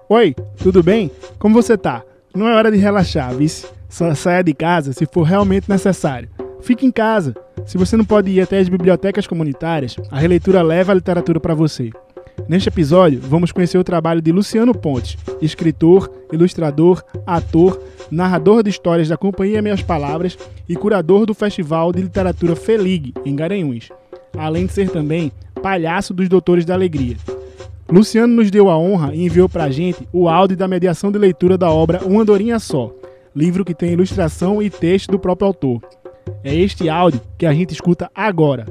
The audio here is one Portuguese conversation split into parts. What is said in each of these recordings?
Oi, tudo bem? Como você tá? Não é hora de relaxar, vice. Só saia de casa se for realmente necessário. Fique em casa. Se você não pode ir até as bibliotecas comunitárias, a Releitura leva a literatura para você. Neste episódio, vamos conhecer o trabalho de Luciano Pontes, escritor, ilustrador, ator, narrador de histórias da Companhia Meias Palavras e curador do Festival de Literatura Felig, em Garanhuns, além de ser também palhaço dos Doutores da Alegria. Luciano nos deu a honra e enviou pra gente o áudio da mediação de leitura da obra Uma Andorinha Só, livro que tem ilustração e texto do próprio autor. É este áudio que a gente escuta agora.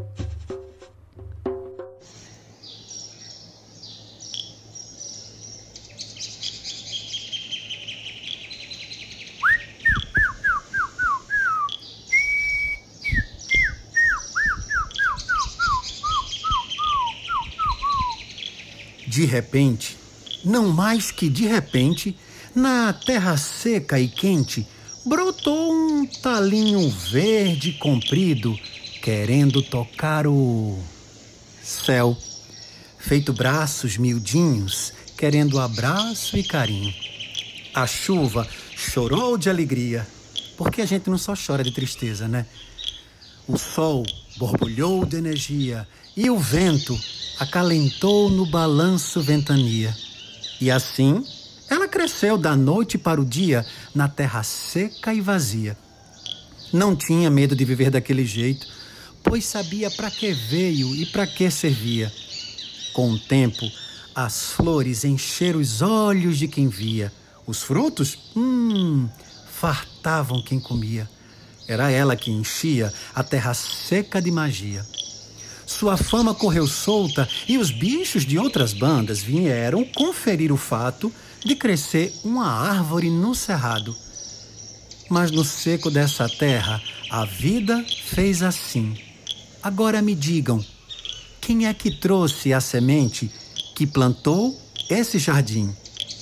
De repente, não mais que de repente, na terra seca e quente, brotou um talinho verde comprido, querendo tocar o céu, feito braços miudinhos, querendo abraço e carinho. A chuva chorou de alegria, porque a gente não só chora de tristeza, né? O sol borbulhou de energia e o vento acalentou no balanço ventania. E assim, ela cresceu da noite para o dia na terra seca e vazia. Não tinha medo de viver daquele jeito, pois sabia para que veio e para que servia. Com o tempo, as flores encheram os olhos de quem via. Os frutos, fartavam quem comia. Era ela que enchia a terra seca de magia. Sua fama correu solta e os bichos de outras bandas vieram conferir o fato de crescer uma árvore no cerrado. Mas no seco dessa terra, a vida fez assim. Agora me digam, quem é que trouxe a semente que plantou esse jardim?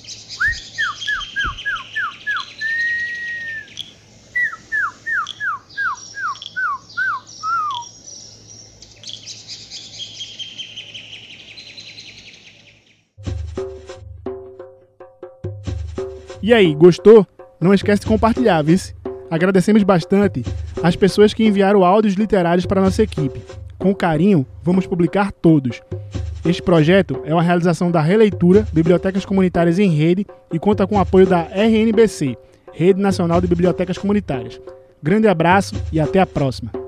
E aí, gostou? Não esquece de compartilhar, vice. Agradecemos bastante as pessoas que enviaram áudios literários para a nossa equipe. Com carinho, vamos publicar todos. Este projeto é uma realização da Releitura Bibliotecas Comunitárias em Rede e conta com o apoio da RNBC, Rede Nacional de Bibliotecas Comunitárias. Grande abraço e até a próxima.